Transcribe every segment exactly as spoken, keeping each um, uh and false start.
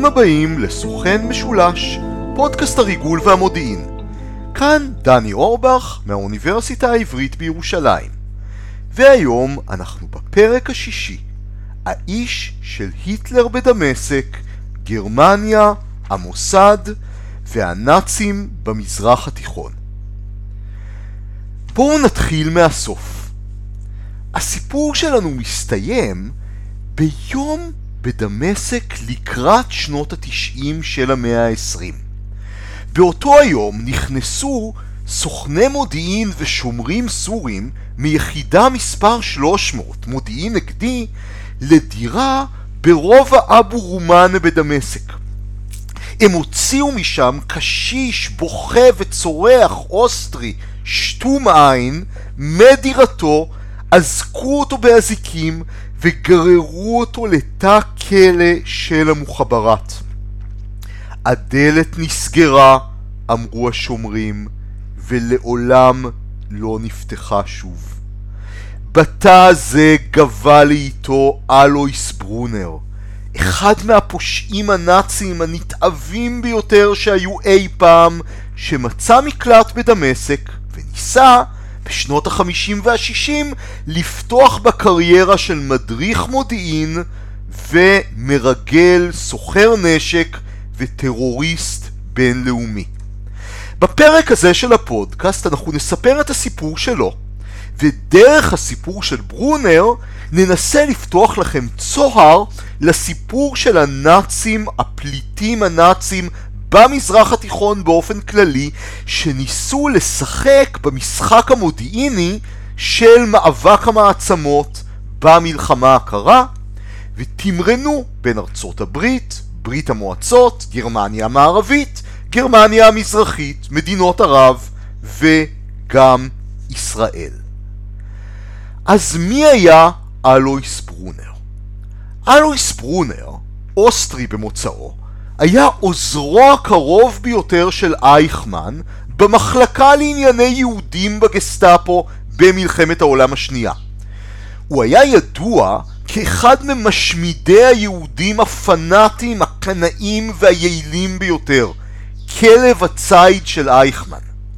ברוכים הבאים לסוכן משולש, פודקאסט הריגול והמודיעין. כאן דני אורבך מהאוניברסיטה העברית בירושלים. והיום אנחנו בפרק השישי, האיש של היטלר בדמשק, גרמניה, המוסד והנאצים במזרח התיכון. בואו נתחיל מהסוף. הסיפור שלנו מסתיים ביום בדמשק לקראת שנות התשעים של המאה העשרים. באותו היום נכנסו סוכני מודיעין ושומרים סורים מיחידה מספר שלוש מאות, מודיעין נגדי, לדירה ברובע אבו רומאנה בדמשק. הם הוציאו משם קשיש בוכה וצורח אוסטרי שטום עין מדירתו, אזקו אותו באזיקים וגררו אותו לתא כלא של המוחברת. הדלת נסגרה, אמרו השומרים, ולעולם לא נפתחה שוב. בתא הזה גבה לאיתו אלויס ברונר, אחד מהפושעים הנאצים הנתעבים ביותר שהיו אי פעם, שמצא מקלט בדמשק וניסה בשנות החמישים והשישים לפתוח בקריירה של מדריך מודיעין ומרגל סוחר נשק וטרוריסט בינלאומי. בפרק הזה של הפודקאסט אנחנו נספר את הסיפור שלו, ודרך הסיפור של ברונר ננסה לפתוח לכם צוהר לסיפור של הנאצים, הפליטים הנאצים במזרח התיכון באופן כללי, שניסו לשחק במשחק המודיעיני של מאבק המעצמות במלחמה הקרה, ותמרנו בין ארצות הברית, ברית המועצות, גרמניה המערבית, גרמניה המזרחית, מדינות ערב וגם ישראל. אז מי היה אלויס ברונר? אלויס ברונר, אוסטרי במוצאו, היה עוזרו הקרוב ביותר של אייכמן במחלקה לענייני יהודים בגסטאפו במלחמת העולם השנייה. הוא היה ידוע כאחד ממשמידי היהודים הפנאטים, הקנאים והיעילים ביותר, כלב הציד של אייכמן.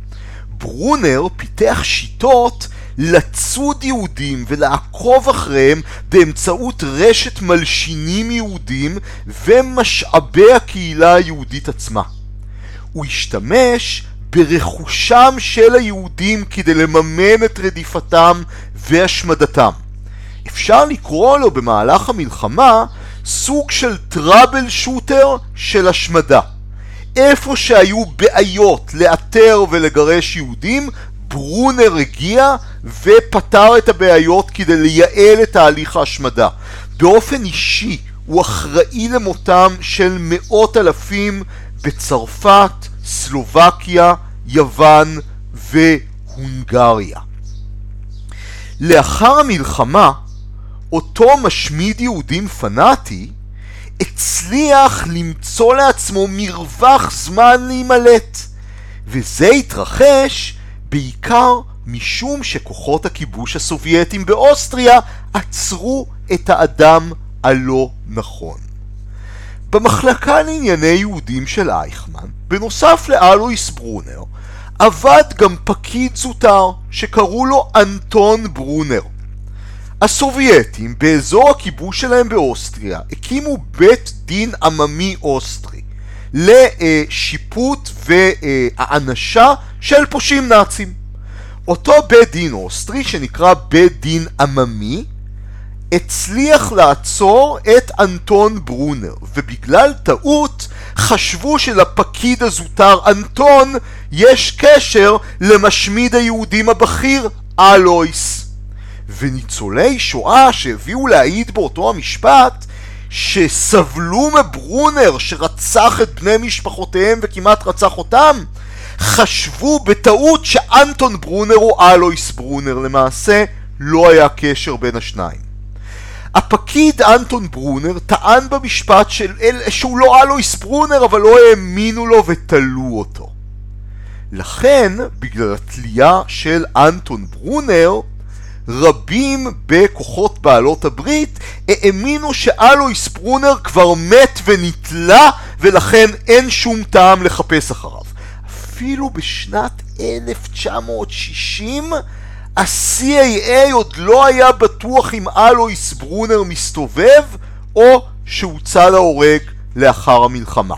ברונר פיתח שיטות לצוד יהודים ולעקוב אחריהם באמצעות רשת מלשינים יהודים ומשאבי הקהילה היהודית עצמה. הוא השתמש ברכושם של היהודים כדי לממן את רדיפתם והשמדתם. אפשר לקרוא לו במהלך המלחמה סוג של טראבל שוטר של השמדה. איפה שהיו בעיות לאתר ולגרש יהודים, ברונר הגיע ופתר את הבעיות כדי לייעל את תהליך ההשמדה. באופן אישי הוא אחראי למותם של מאות אלפים בצרפת, סלובקיה, יוון והונגריה. לאחר המלחמה, אותו משמיד יהודים פנאטי הצליח למצוא לעצמו מרווח זמן להימלט, וזה התרחש בעיקר משום שכוחות הכיבוש הסובייטים באוסטריה עצרו את האדם הלא נכון. במחלקה לענייני יהודים של אייכמן, בנוסף לאלויס ברונר, עבד גם פקיד זוטר שקראו לו אנטון ברונר. הסובייטים באזור הכיבוש שלהם באוסטריה הקימו בית דין עממי אוסטרי לשיפוט והענשה של פושעים נאצים. אותו בית דין אוסטרי שנקרא בית דין עממי הצליח לעצור את אנטון ברונר, ובגלל טעות חשבו שלפקיד הזוטר אנטון יש קשר למשמיד היהודים הבכיר אלויס. וניצולי שואה שהביאו להעיד באותו המשפט שסבלו מברונר שרצח את בני משפחותיהם וכמעט רצח אותם, חשבו בטעות שאנטון ברונר הוא אלויס ברונר. למעשה לא היה קשר בין השניים. הפקיד אנטון ברונר טען במשפט של אל, שהוא לא אלויס ברונר, אבל לא האמינו לו ותלו אותו. לכן, בגלל התלייה של אנטון ברונר, רבים בכוחות בעלות הברית האמינו שאלויס ברונר כבר מת ונתלה, ולכן אין שום טעם לחפש אחריו. אפילו בשנת אלף תשע מאות שישים ה-סי איי איי עוד לא היה בטוח אם אלויס ברונר מסתובב או שהוצא להורג לאחר המלחמה.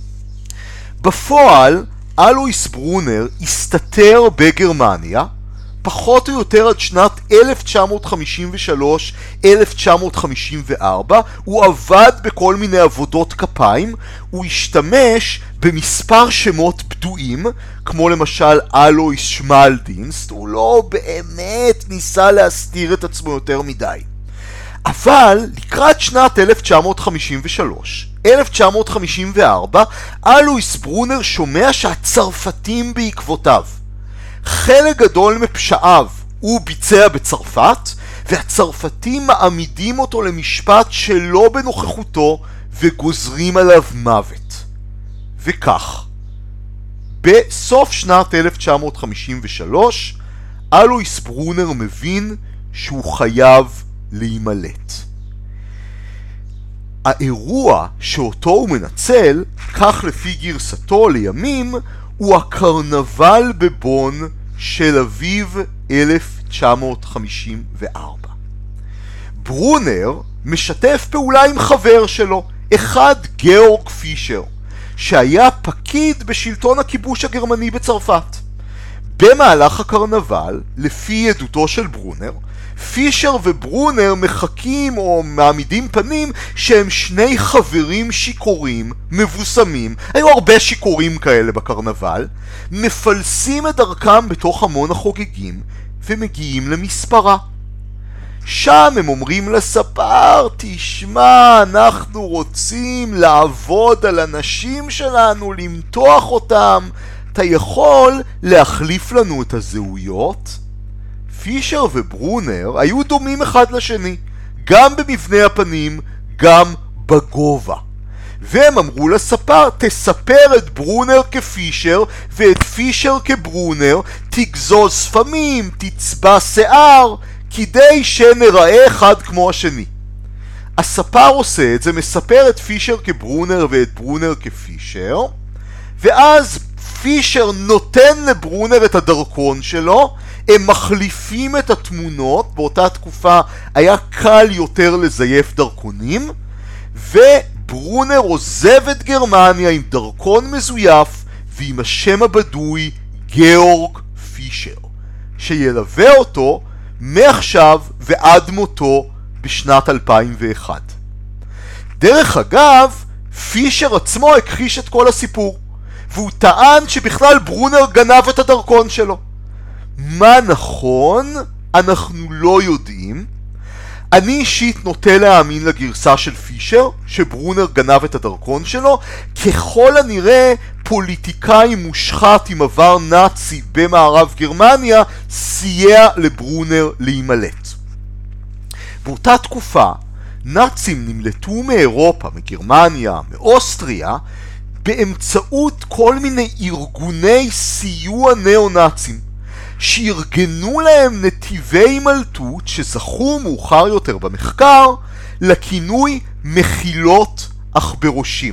בפועל אלויס ברונר הסתתר בגרמניה פחות או יותר עד שנת אלף תשע מאות חמישים ושלוש אלף תשע מאות חמישים וארבע. הוא עבד בכל מיני עבודות כפיים, הוא השתמש במספר שמות בדויים, כמו למשל אלויס שמלדינסט. הוא לא באמת ניסה להסתיר את עצמו יותר מדי. אבל לקראת שנת אלף תשע מאות חמישים ושלוש אלף תשע מאות חמישים וארבע אלויס ברונר שומע שהצרפתים בעקבותיו. חלק גדול מפשעיו הוא ביצע בצרפת, והצרפתים מעמידים אותו למשפט שלא בנוכחותו וגוזרים עליו מוות. וכך, בסוף שנת אלף תשע מאות חמישים ושלוש אלויס ברונר מבין שהוא חייב להימלט. האירוע שאותו הוא מנצל, כך לפי גרסתו לימים, הוא הקרנבל בבון של אביב אלף תשע מאות חמישים וארבע. ברונר משתף פעולה עם חבר שלו, אחד גאורג פישר, שהיה פקיד בשלטון הכיבוש הגרמני בצרפת. במהלך הקרנבל, לפי עדותו של ברונר, פישר וברונר מחכים או מעמידים פנים שהם שני חברים שיקורים, מבוסמים, היו הרבה שיקורים כאלה בקרנבל, מפלסים את דרכם בתוך המון החוגגים ומגיעים למספרה. שם הם אומרים לספר, תשמע, אנחנו רוצים לעבוד על אנשים שלנו, למתוח אותם, אתה יכול להחליף לנו את הזהויות? פישר וברונר היו דומים אחד לשני, גם במבנה הפנים, גם בגובה. והם אמרו לספר, תספר את ברונר כפישר ואת פישר כברונר, תגזוז ספמים, תצבע שיער, כדי שנראה אחד כמו השני. הספר עושה את זה, מספר את פישר כברונר ואת ברונר כפישר, ואז פישר נותן לברונר את הדרכון שלו, הם מחליפים את התמונות, באותה תקופה היה קל יותר לזייף דרכונים, וברונר עוזב את גרמניה עם דרכון מזויף ועם השם הבדוי גאורג פישר, שילווה אותו מעכשיו ועד מותו בשנת אלפיים ואחת. דרך אגב, פישר עצמו הכחיש את כל הסיפור, והוא טען שבכלל ברונר גנב את הדרכון שלו. מה נכון? אנחנו לא יודעים. אני אישית נוטה להאמין לגרסה של פישר, שברונר גנב את הדרכון שלו. ככל הנראה פוליטיקאי מושחת עם עבר נאצי במערב גרמניה סייע לברונר להימלט. באותה תקופה נאצים נמלטו מאירופה, מגרמניה, מאוסטריה, באמצעות כל מיני ארגוני סיוע נאו-נאצים, שארגנו להם נתיבי הימלטות שזכו מאוחר יותר במחקר לכינוי מחילות עכברושים.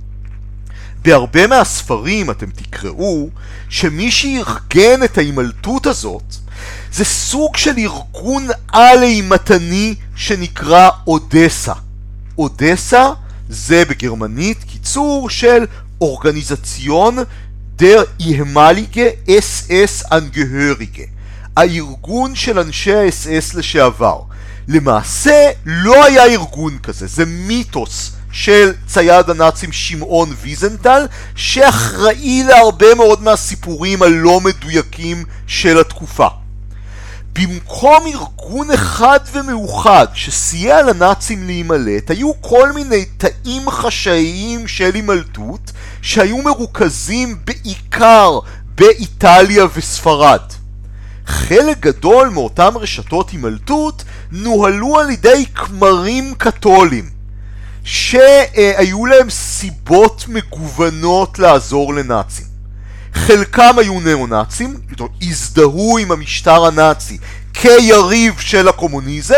בהרבה מהספרים אתם תקראו שמי שארגן את ההימלטות הזאת זה סוג של ארגון על-אימתני שנקרא אודסה. אודסה זה בגרמנית קיצור של אורגניזציון der ehemalige אס אס Angehörige, הארגון של אנשי ה-אס אס לשעבר. למעשה לא היה ארגון כזה, זה מיתוס של צייד הנאצים שמעון ויזנטל, שאחראי להרבה מאוד מהסיפורים הלא מדויקים של התקופה. במקום ארגון אחד ומאוחד שסייע לנאצים להימלט, היו כל מיני תאים חשאיים של הימלטות שהיו מרוכזים בעיקר באיטליה וספרד. חלק גדול מאותם רשתות הימלטות נוהלו על ידי כמרים קתולים, שהיו להם סיבות מגוונות לעזור לנאצים. חלקם היו נאו-נאצים, הזדהו עם המשטר הנאצי כיריב של הקומוניזם,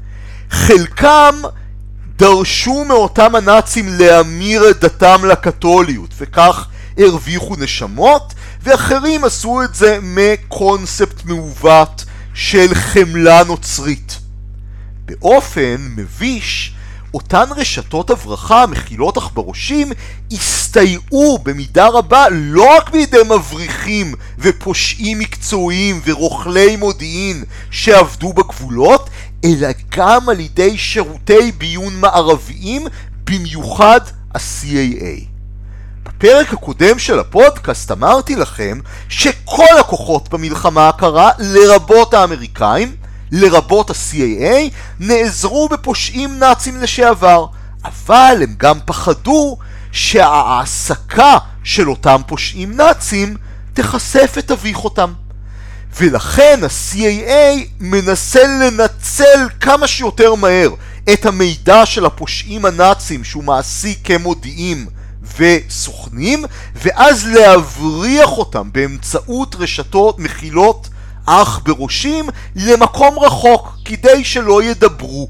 חלקם דרשו מאותם הנאצים להמיר את דתם לקתוליות, וכך הרוויחו נשמות, ואחרים עשו את זה מקונספט מעוות של חמלה נוצרית. באופן מביש, אותן רשתות הברחה מכילות עכברושים הסתייעו במידה רבה לא רק בידי מבריחים ופושעים מקצועיים ורוכלי מודיעין שעבדו בגבולות, אלא גם על ידי שירותי ביון מערביים, במיוחד ה-סי איי איי. בפרק הקודם של הפודקאסט אמרתי לכם שכל הכוחות במלחמה הקרה, לרבות האמריקאים, לרבות ה-סי איי איי, נעזרו בפושעים נאצים לשעבר, אבל הם גם פחדו שההעסקה של אותם פושעים נאצים תחשף ותביך אותם. ולכן ה-סי איי איי מנסה לנצל כמה שיותר מהר את המידע של הפושעים הנאצים שהוא מעסיק כמודיעים וסוכנים, ואז להבריח אותם באמצעות רשתות מכילות אך בראשים למקום רחוק כדי שלא ידברו.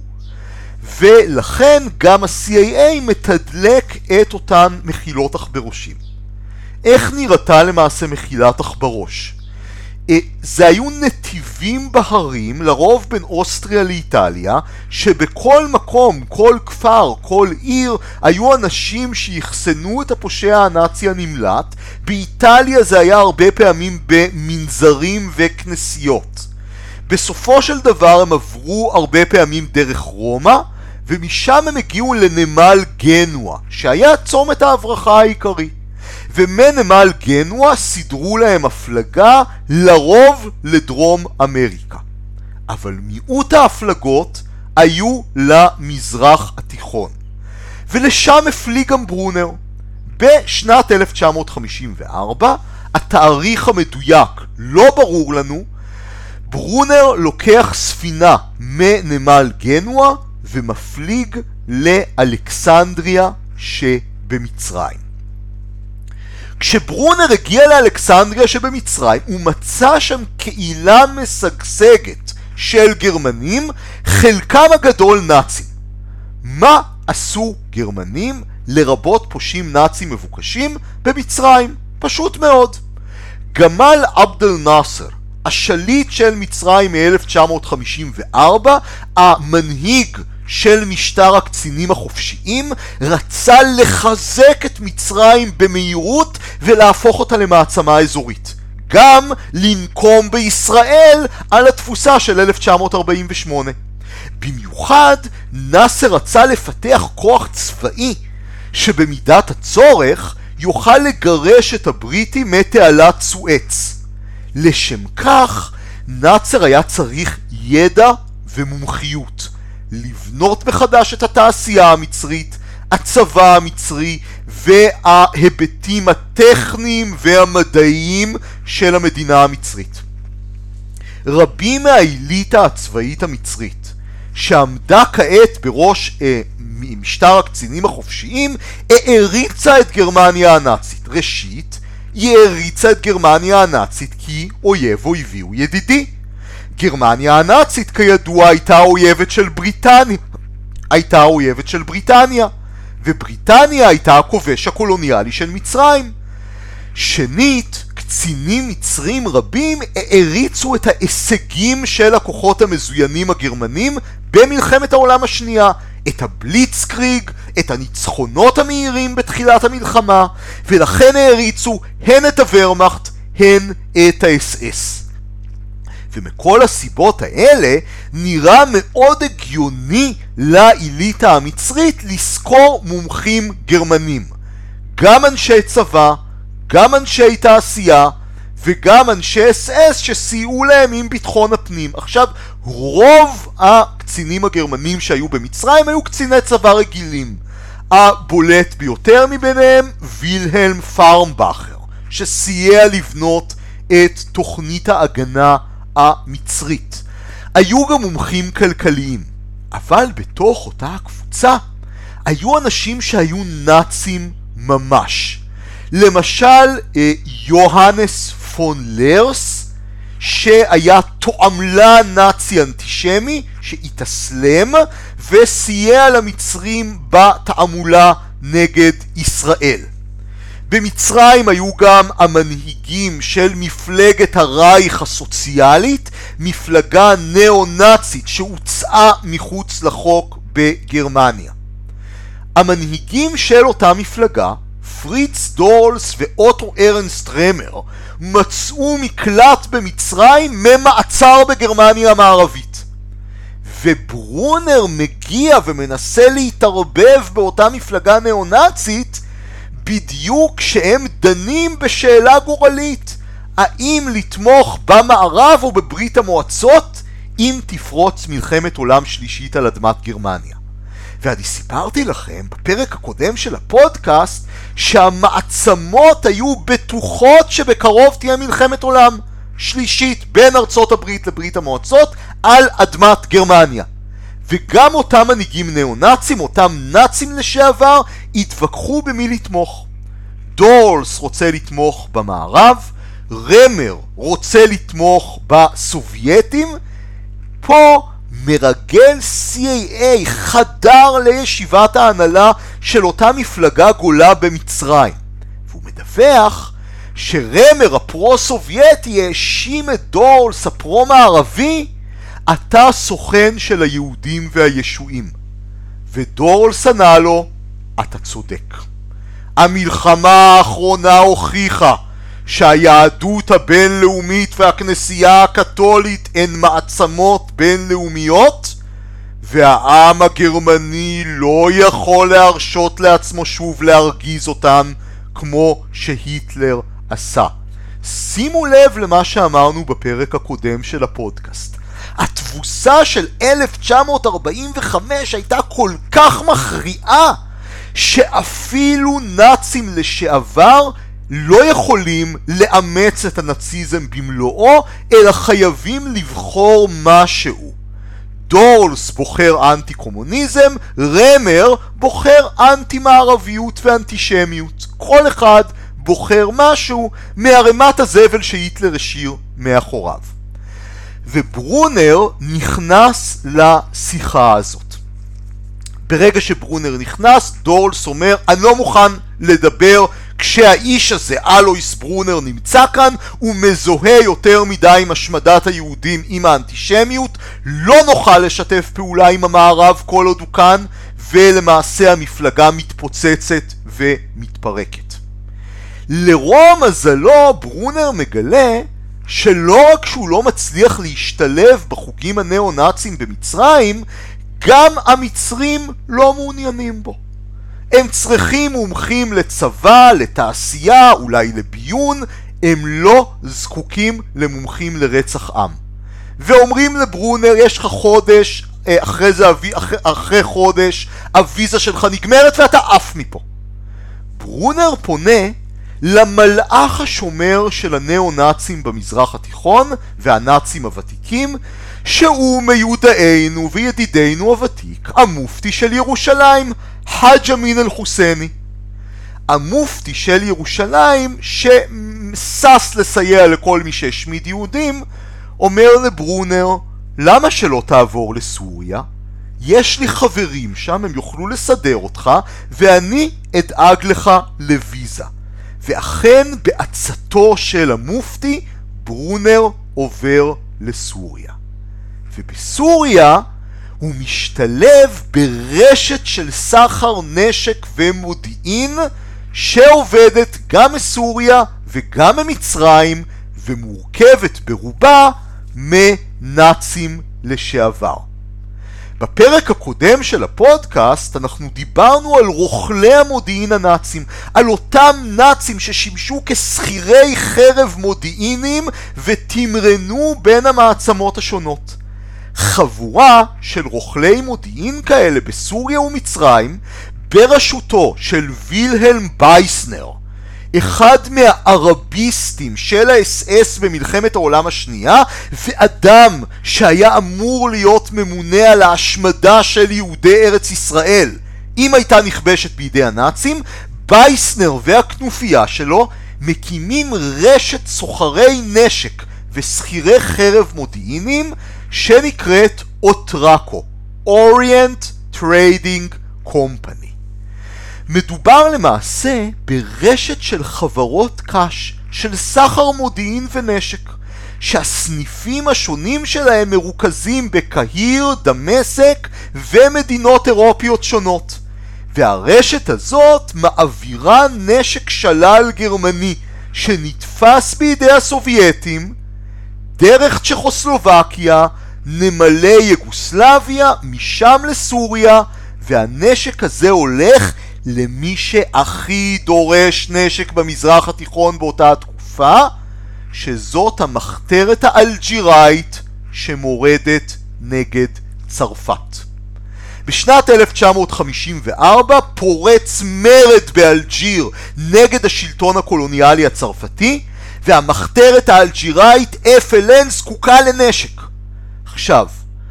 ולכן גם ה-סי איי איי מתדלק את אותן מכילות אך בראשים. איך נראתה למעשה מכילת אך בראש? זה היו נתיבים בהרים, לרוב בין אוסטריה לאיטליה, שבכל מקום, כל כפר, כל עיר, היו אנשים שיחסנו את הפושע הנאצי הנמלט. באיטליה זה היה הרבה פעמים במנזרים וכנסיות. בסופו של דבר הם עברו הרבה פעמים דרך רומא, ומשם הם הגיעו לנמל גנואה, שהיה צומת ההברחה העיקרי. ומנמל גנואה סידרו להם הפלגה לרוב לדרום אמריקה. אבל מיעוט ההפלגות היו למזרח התיכון. ולשם הפליג גם ברונר. בשנת אלף תשע מאות חמישים וארבע, התאריך המדויק לא ברור לנו, ברונר לוקח ספינה מנמל גנואה ומפליג לאלכסנדריה שבמצרים. כשברונר הגיע לאלכסנדריה שבמצרים, הוא מצא שם קהילה משגשגת של גרמנים, חלקם הגדול נאצים. מה עשו גרמנים, לרבות פושעים נאצים מבוקשים, במצרים? פשוט מאוד. גמל עבד אל-נאצר, השליט של מצרים מ-אלף תשע מאות חמישים וארבע, המנהיג של משטר הקצינים החופשיים, רצה לחזק את מצרים במהירות ולהפוך אותה למעצמה אזורית. גם לנקום בישראל על התפוסה של אלף תשע מאות ארבעים ושמונה. במיוחד נאצר רצה לפתח כוח צבאי שבמידת הצורך יוכל לגרש את הבריטים מתעלת סואץ. לשם כך נאצר היה צריך ידע ומומחיות. לבנות מחדש את התעשייה המצרית, הצבא המצרי וההיבטים הטכניים והמדעיים של המדינה המצרית. רבים מהאליטה הצבאית המצרית שעמדה כעת בראש אה, משטר הקצינים החופשיים העריצה את גרמניה הנאצית. ראשית, היא העריצה את גרמניה הנאצית כי אויב אויבי הוא ידידי. גרמניה הנאצית כידוע הייתה אויבת של בריטניה, הייתה אויבת של בריטניה, ובריטניה הייתה הכובש הקולוניאלי של מצרים. שנית, קצינים מצרים רבים העריצו את ההישגים של הכוחות המזוינים הגרמנים במלחמת העולם השנייה, את הבליצקריג, את הניצחונות המהירים בתחילת המלחמה, ולכן העריצו הן את הוורמאכט, הן את ה-אס אס. ומכל הסיבות האלה נראה מאוד הגיוני לאליטה המצרית לזכור מומחים גרמנים. גם אנשי צבא, גם אנשי תעשייה וגם אנשי אס אס שסייעו להם עם ביטחון הפנים. עכשיו, רוב הקצינים הגרמנים שהיו במצרים היו קציני צבא רגילים. הבולט ביותר מביניהם וילהלם פארנבאכר, שסייע לבנות את תוכנית ההגנה המצרית. היו גם מומחים כלכליים, אבל בתוך אותה הקבוצה היו אנשים שהיו נאצים ממש. למשל יוהנס פון לרס, שהיה תועמלה נאצי אנטישמי שהתאסלם וסייע למצרים בתעמולה נגד ישראל. במצרים היו גם המנהיגים של מפלגת הרייך הסוציאלית, מפלגה נאו-נאצית שהוצאה מחוץ לחוק בגרמניה. המנהיגים של אותה מפלגה, פריץ דורלס ואוטו ארנסט רמר, מצאו מקלט במצרים ממעצר בגרמניה המערבית. וברונר מגיע ומנסה להתערבב באותה מפלגה נאו-נאצית בדיוק כשהם דנים בשאלה גורלית, האם לתמוך במערב או בברית המועצות אם תפרוץ מלחמת עולם שלישית על אדמת גרמניה. ואני סיפרתי לכם בפרק הקודם של הפודקאסט שהמעצמות היו בטוחות שבקרוב תהיה מלחמת עולם שלישית בין ארצות הברית לברית המועצות על אדמת גרמניה. וגם אותם מנהיגים נאו-נאצים, אותם נאצים לשעבר, התווכחו במי לתמוך. דורלס רוצה לתמוך במערב, רמר רוצה לתמוך בסובייטים. פה מרגל סי איי איי חדר לישיבת ההנהלה של אותה מפלגה גולה במצרים, והוא מדווח שרמר הפרו-סובייטי האשים את דורלס הפרו-מערבי, אתה סוכן של היהודים והישועים. ודורלס ענה לו, אתה צודק. המלחמה האחרונה הוכיחה שהיהדות הבינלאומית והכנסייה הקתולית הן מעצמות בינלאומיות, והעם הגרמני לא יכול להרשות לעצמו שוב להרגיז אותם כמו שהיטלר עשה. שימו לב למה שאמרנו בפרק הקודם של הפודקאסט. התבוסה של אלף תשע מאות ארבעים וחמש הייתה כל כך מכריעה שאפילו נאצים לשעבר לא יכולים לאמץ את הנאציזם במלואו, אלא חייבים לבחור משהו. דורלס בוחר אנטי קומוניזם, רמר בוחר אנטי מערביות ואנטישמיות. כל אחד בוחר משהו מערימת הזבל שהיטלר השאיר מאחוריו. וברונר נכנס לשיחה הזאת. ברגע שברונר נכנס, דורלס אומר, אני לא מוכן לדבר כשהאיש הזה, אלויס ברונר, נמצא כאן, הוא מזוהה יותר מדי עם השמדת היהודים, עם האנטישמיות, לא נוכל לשתף פעולה עם המערב כל עוד הוא כאן, ולמעשה המפלגה מתפוצצת ומתפרקת. לרוע מזלו, ברונר מגלה שלא רק שהוא לא מצליח להשתלב בחוגים הנאו-נאצים במצרים, גם המצרים לא מעוניינים בו. הם צריכים מומחים לצבא, לתעשייה, אולי לביון, הם לא זקוקים למומחים לרצח עם. ואומרים לברונר, יש לך חודש, אחרי, זה, אחרי, אחרי חודש, הוויזה שלך נגמרת ואתה עף מפה. ברונר פונה למלאך השומר של הנאו-נאצים במזרח התיכון והנאצים הוותיקים, שהוא מיודענו וידידנו הוותיק, המופתי של ירושלים, חאג' אמין אל-חוסייני. המופתי של ירושלים, שסס לסייע לכל מי שהשמיד יהודים, אומר לברונר, למה שלא תעבור לסוריה? יש לי חברים שם, הם יוכלו לסדר אותך, ואני אדאג לך לוויזה. ואכן בעצתו של המופתי, ברונר עובר לסוריה. ובסוריה הוא משתלב ברשת של סחר נשק ומודיעין שעובדת גם מסוריה וגם ממצרים ומורכבת ברובה מנאצים לשעבר. בפרק הקודם של הפודקאסט אנחנו דיברנו על רוכלי המודיעין הנאצים, על אותם נאצים ששימשו כסחירי חרב מודיעיניים ותמרנו בין המעצמות השונות. חבורה של רוכלי מודיעין כאלה בסוריה ומצרים בראשותו של וילהלם בייסנר, אחד מהערביסטים של האס אס במלחמת העולם השנייה, ואדם שהיה אמור להיות ממונה על ההשמדה של יהודי ארץ ישראל אם הייתה נכבשת בידי הנאצים. בייסנר והכנופיה שלו מקימים רשת סוחרי נשק וסחירי חרב מודיעינים שנקראת אוטראקו, Orient Trading Company. מדובר למעשה ברשת של חברות קש של סחר מודיעין ונשק, שהסניפים השונים שלהם מרוכזים בקהיר, דמשק ומדינות אירופיות שונות. והרשת הזאת מעבירה נשק שלל גרמני שנתפס בידי הסובייטים דרך צ'כוסלובקיה, נמלי יוגוסלביה, משם לסוריה, והנשק הזה הולך למי שהכי דורש נשק במזרח התיכון באותה התקופה, שזאת המחתרת האלג'יראית שמורדת נגד צרפת. בשנת אלף תשע מאות חמישים וארבע פורץ מרד באלג'יר נגד השלטון הקולוניאלי הצרפתי, והמחתרת האלג'יראית אף אל אן זקוקה לנשק. עכשיו,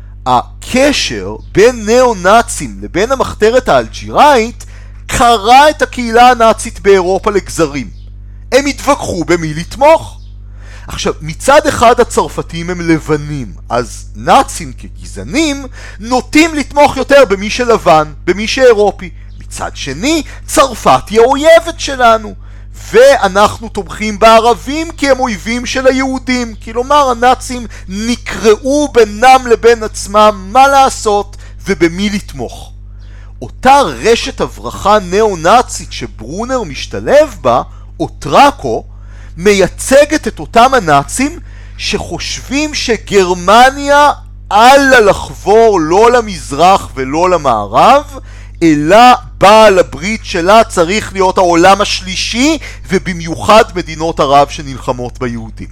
הקשר בין נאו-נאצים לבין המחתרת האלג'יראית קרע את הקהילה הנאצית באירופה לגזרים. הם התווכחו במי לתמוך. עכשיו, מצד אחד הצרפתים הם לבנים, אז נאצים כגזענים נוטים לתמוך יותר במי שלבן, במי שאירופי. מצד שני, צרפת היא האויבת שלנו, ואנחנו תומכים בערבים כי הם אויבים של היהודים. כלומר, הנאצים נקראו בינם לבין עצמם מה לעשות ובמי לתמוך. אותה רשת הברחה נאו-נאצית שברונר משתלב בה, אוטראקו, מייצגת את אותם הנאצים שחושבים שגרמניה אלה לחבור לא למזרח ולא למערב, אלא בעל הברית שלה צריך להיות העולם השלישי, ובמיוחד מדינות ערב שנלחמות ביהודים.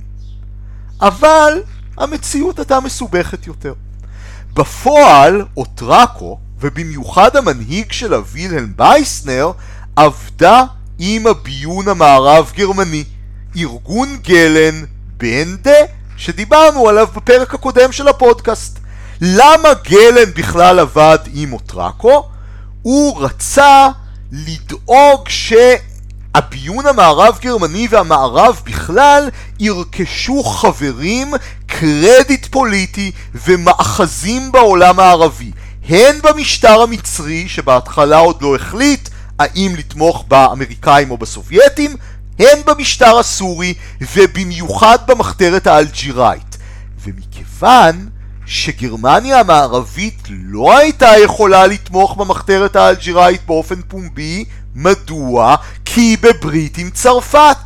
אבל המציאות הייתה מסובכת יותר. בפועל, אוטראקו, ובמיוחד המנהיג שלה וילהלם בייסנר, עבדה עם הביון המערב גרמני, ארגון גלן בנדה, שדיברנו עליו בפרק הקודם של הפודקאסט. למה גלן בכלל עבד עם אוטראקו? הוא רצה לדאוג שהביון המערב גרמני והמערב בכלל ירכשו חברים, קרדיט פוליטי ומאחזים בעולם הערבי, הן במשטר המצרי שבהתחלה עוד לא החליט האם לתמוך באמריקאים או בסובייטים, הן במשטר הסורי ובמיוחד במחתרת האלג'יראית. ומכיוון שגרמניה המערבית לא הייתה יכולה לתמוך במחתרת האלג'יראית באופן פומבי, מדוע? כי היא בברית עם צרפת.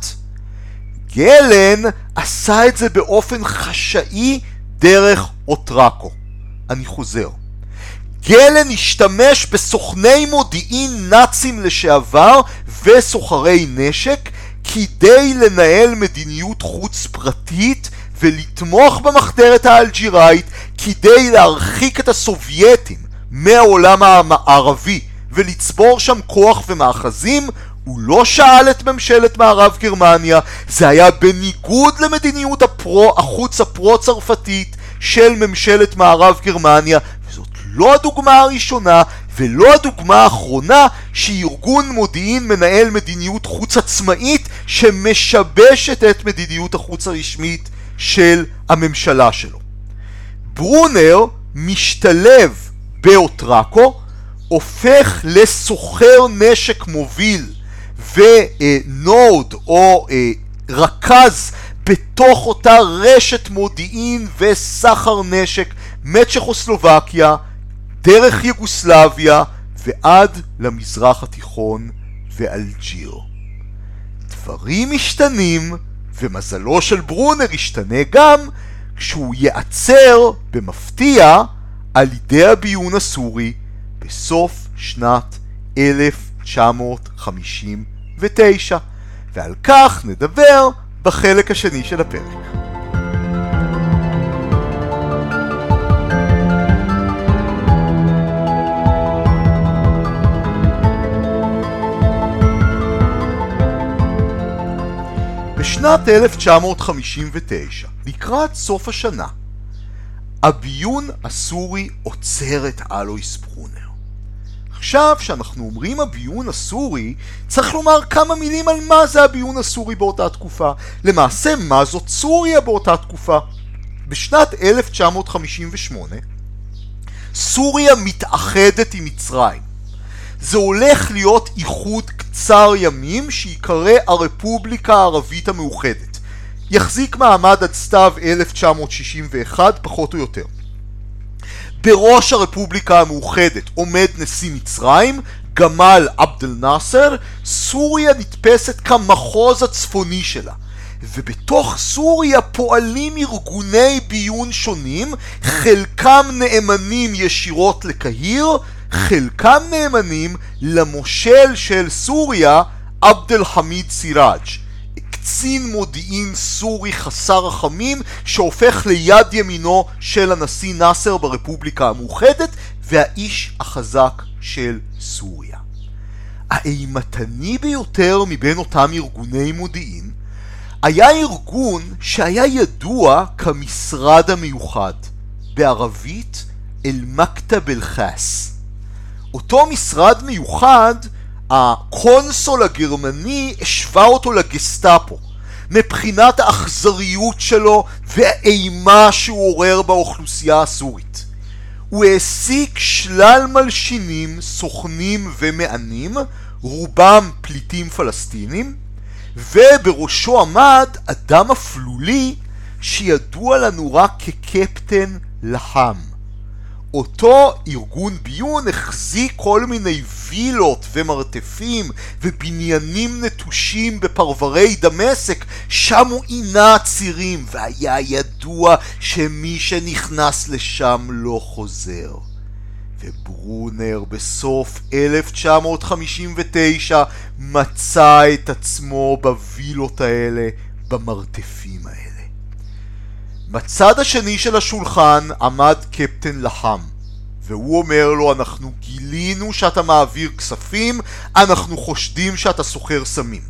גלן עשה את זה באופן חשאי דרך אוטראקו. אני חוזר. גלן השתמש בסוכני מודיעין נאצים לשעבר וסוחרי נשק כדי לנהל מדיניות חוץ פרטית ולתמוך במחתרת האלג'יראית כדי להרחיק את הסובייטים מהעולם הערבי ולצבור שם כוח ומאחזים. הוא לא שאל את ממשלת מערב גרמניה, זה היה בניגוד למדיניות הפרו, החוץ הפרו-צרפתית של ממשלת מערב גרמניה, וזאת לא הדוגמה הראשונה ולא הדוגמה האחרונה שארגון מודיעין מנהל מדיניות חוץ עצמאית שמשבשת את מדיניות החוץ הרשמית של הממשלה שלו. ברונר משתלב באוטראקו, הופך לסוחר נשק מוביל ונוד או רכז בתוך אותה רשת מודיעין וסחר נשק מצ'כוסלובקיה דרך יוגוסלביה ועד למזרח התיכון ואלג'יר. דברים משתנים, ומזלו של ברונר ישתנה גם כשהוא ייעצר במפתיע על ידי הביון הסורי בסוף שנת אלף תשע מאות חמישים ותשע, ועל כך נדבר בחלק השני של הפרק. בשנת אלף תשע מאות חמישים ותשע, לקראת סוף השנה, הביון הסורי עוצר את אלויס ברונר. עכשיו, כשאנחנו אומרים הביון הסורי, צריך לומר כמה מילים על מה זה הביון הסורי באותה תקופה. למעשה, מה זאת סוריה באותה תקופה? בשנת אלף תשע מאות חמישים ושמונה, סוריה מתאחדת עם מצרים. זה הולך להיות איחוד קצר ימים שיקרא הרפובליקה הערבית המאוחדת. יחזיק מעמד עד סתיו אלף תשע מאות שישים ואחת, פחות או יותר. בראש הרפובליקה המאוחדת עומד נשיא מצרים, גמל עבדל נאסר. סוריה נתפסת כמחוז הצפוני שלה. ובתוך סוריה פועלים ארגוני ביון שונים, חלקם נאמנים ישירות לקהיר, חלקם נאמנים למושל של סוריה, עבד אל חמיד סיראג', קצין מודיעין סורי חסר רחמים שהופך ליד ימינו של הנשיא נאסר ברפובליקה המאוחדת והאיש החזק של סוריה. האימתני ביותר מבין אותם ארגוני מודיעין היה ארגון שהיה ידוע כמשרד המיוחד, בערבית אל-מכתב אל-חאס. אותו משרד מיוחד, הקונסול הגרמני השווה אותו לגסטאפו, מבחינת האכזריות שלו והאימה שהוא עורר באוכלוסייה הסורית. הוא העסיק שלל מלשינים, סוכנים ומענים, רובם פליטים פלסטינים, ובראשו עמד אדם אפלולי שידוע לנו רק כקפטן לחם. אותו ארגון ביון החזיק כל מיני וילות ומרתפים ובניינים נטושים בפרברי דמשק, שם הוא עינה צירים, והיה ידוע שמי שנכנס לשם לא חוזר. וברונר בסוף אלף תשע מאות חמישים ותשע מצא את עצמו בווילות האלה, במרתפים האלה. בצד השני של השולחן עמד קפטן לחם, והוא אומר לו, אנחנו גילינו שאתה מעביר כספים, אנחנו חושדים שאתה סוחר סמים.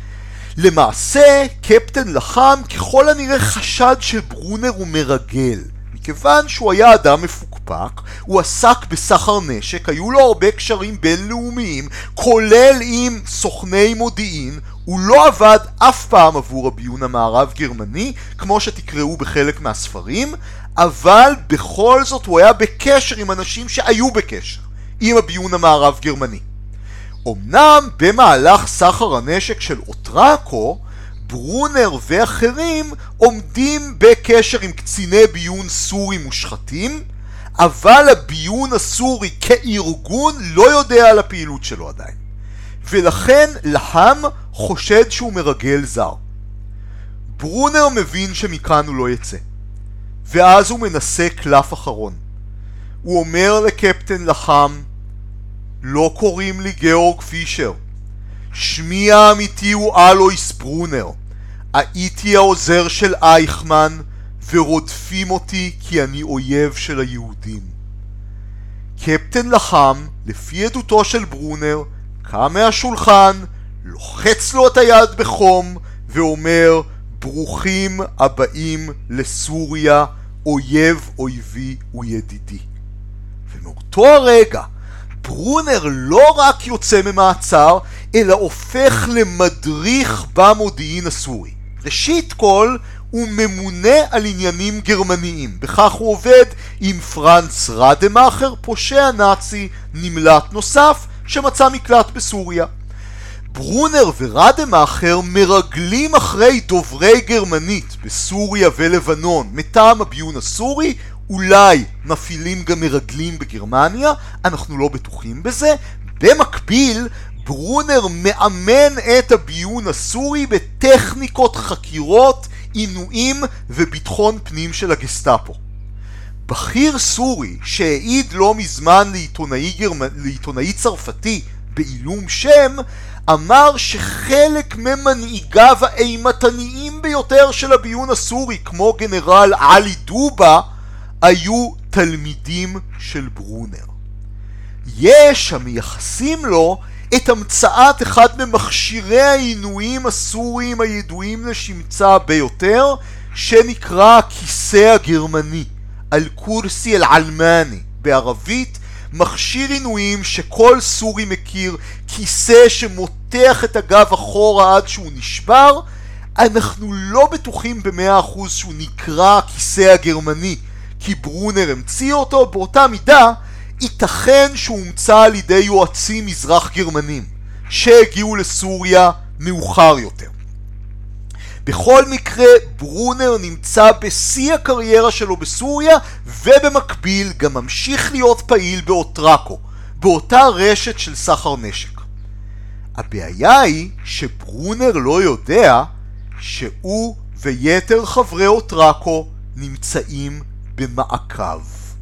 למעשה, קפטן לחם ככל הנראה חשד שברונר הוא מרגל, מכיוון שהוא היה אדם מפוקפק, הוא עסק בסחר נשק, היו לו הרבה קשרים בינלאומיים, כולל עם סוכני מודיעין. הוא לא עבד אף פעם עבור הביון המערב גרמני, כמו שתקראו בחלק מהספרים, אבל בכל זאת הוא היה בקשר עם אנשים שהיו בקשר עם הביון המערב גרמני. אמנם במהלך סחר הנשק של אוטראקו, ברונר ואחרים עומדים בקשר עם קציני ביון סורי מושחתים, אבל הביון הסורי כארגון לא יודע על הפעילות שלו עדיין. ולכן לחם חושד שהוא מרגל זר. ברונר מבין שמכאן הוא לא יצא, ואז הוא מנסה קלף אחרון. הוא אומר לקפטן לחם, לא קוראים לי גאורג פישר, שמי האמיתי הוא אלויס ברונר, הייתי העוזר של אייכמן ורודפים אותי כי אני אויב של היהודים. קפטן לחם, לפי עדותו של ברונר, קם מהשולחן, לוחץ לו את היד בחום ואומר, ברוכים הבאים לסוריה, אויב אויבי וידידי. ומאותו הרגע ברונר לא רק יוצא ממעצר, אלא הופך למדריך במודיעין הסורי. ראשית כל, הוא ממונה על עניינים גרמניים. בכך הוא עובד עם פרנץ רדמאכר, פושע נאצי נמלט נוסף שמצא מקלט בסוריה. ברונר ורדמאכר מרגלים אחרי דוברי גרמנית בסוריה ולבנון מטעם הביון הסורי, אולי מפעילים גם מרגלים בגרמניה, אנחנו לא בטוחים בזה. במקביל, ברונר מאמן את הביון הסורי בטכניקות חקירות, עינויים וביטחון פנים של הגסטאפו. בכיר סורי שהעיד לא מזמן לעיתונאי, גרמ... לעיתונאי צרפתי בעילום שם, אמר שחלק ממנהיגיו האימתניים ביותר של הביון הסורי, כמו גנרל עלי דובה, היו תלמידים של ברונר. יש המייחסים לו את המצאת אחד ממכשירי העינויים הסוריים הידועים לשמצה ביותר, שנקרא הכיסא הגרמני, אל-קורסי אל-עלמני בערבית, מכשיר עינויים שכל סורי מכיר, כיסא שמותח את הגב אחורה עד שהוא נשבר, אנחנו לא בטוחים במאה אחוז שהוא נקרא הכיסא הגרמני, כי ברונר המציא אותו. באותה מידה ייתכן שהוא הומצא על ידי יועצים מזרח גרמנים שהגיעו לסוריה מאוחר יותר. בכל מקרה, ברונר נמצא בשיא הקריירה שלו בסוריה, ובמקביל גם ממשיך להיות פעיל באוטראקו, באותה רשת של סחר נשק. הבעיה היא שברונר לא יודע שהוא ויתר חברי אוטראקו נמצאים במעקב.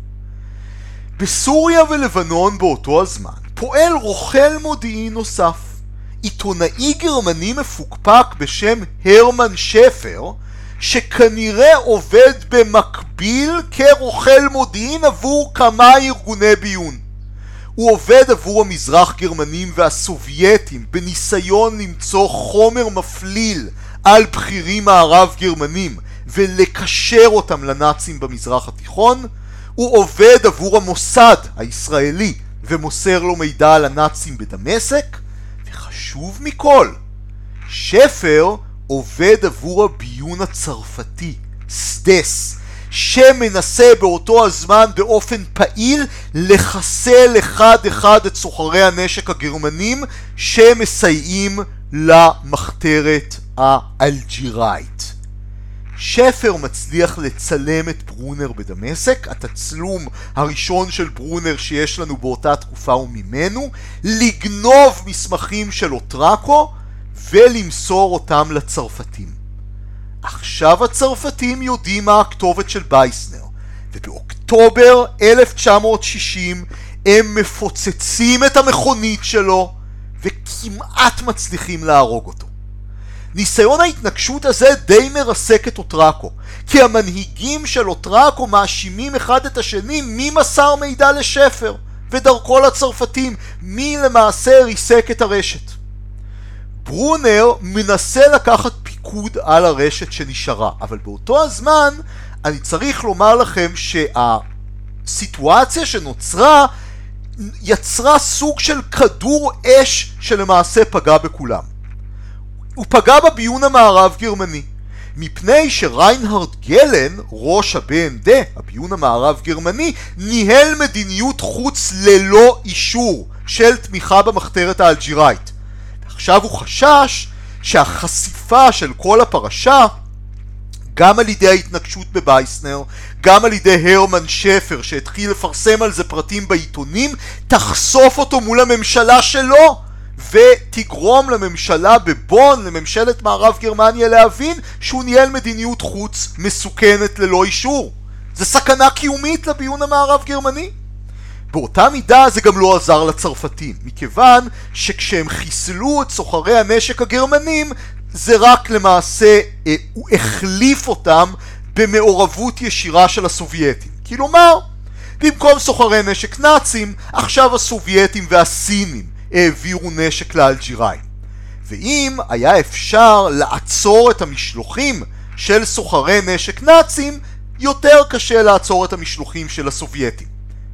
בסוריה ולבנון באותו הזמן פועל רוכל מודיעין נוסף, עיתונאי גרמני מפוקפק בשם הרמן שפר, שכנראה עובד במקביל כרוכל מודיעין עבור כמה ארגוני ביון. הוא עובד עבור המזרח גרמנים והסובייטים בניסיון למצוא חומר מפליל על בכירים מערב גרמנים ולקשר אותם לנאצים במזרח התיכון. הוא עובד עבור המוסד הישראלי ומוסר לו מידע על הנאצים בדמשק. וחשוב מכל, שפר עובד עבור הביון הצרפתי, סדס, שמנסה באותו הזמן באופן פעיל לחסל אחד אחד את סוחרי הנשק הגרמנים שמסייעים למחתרת האלג'יראית. שפר מצליח לצלם את ברונר בדמשק, התצלום הראשון של ברונר שיש לנו באותה תקופה הוא ממנו, לגנוב מסמכים של אוטראקו ולמסור אותם לצרפתים. עכשיו הצרפתים יודעים מה הכתובת של בייסנר, ובאוקטובר אלף תשע מאות שישים הם מפוצצים את המכונית שלו וכמעט מצליחים להרוג אותו. ניסיון ההתנגשות הזה די מרסק את אוטראקו, כי המנהיגים של אוטראקו מאשימים אחד את השני מי מסר מידע לשפר ודרכו לצרפתים, מי למעשה ריסק את הרשת. ברונר מנסה לקחת פיקוד על הרשת שנשארה, אבל באותו הזמן אני צריך לומר לכם שהסיטואציה שנוצרה יצרה סוג של כדור אש שלמעשה פגע בכולם. הוא פגע בביון המערב גרמני, מפני שריינהרד גלן, ראש ה-בי אן די, הביון המערב גרמני, ניהל מדיניות חוץ ללא אישור של תמיכה במחתרת האלג'יראית. עכשיו הוא חשש שהחשיפה של כל הפרשה, גם על ידי ההתנגשות בבייסנר, גם על ידי הרמן שפר שהתחיל לפרסם על זה פרטים בעיתונים, תחשוף אותו מול הממשלה שלו, ותגרום לממשלה בבון, לממשלת מערב גרמניה, להבין שהוא ניהל מדיניות חוץ מסוכנת ללא אישור. זה סכנה קיומית לביון המערב גרמני. באותה מידה זה גם לא עזר לצרפתים, מכיוון שכשהם חיסלו את סוחרי הנשק הגרמנים, זה רק למעשה אה, הוא החליף אותם במעורבות ישירה של הסובייטים. כלומר, במקום סוחרי נשק נאצים, עכשיו הסובייטים והסינים העבירו נשק לאלג'יראים. ואם היה אפשר לעצור את המשלוחים של סוחרי נשק נאצים, יותר קשה לעצור את המשלוחים של הסובייטים.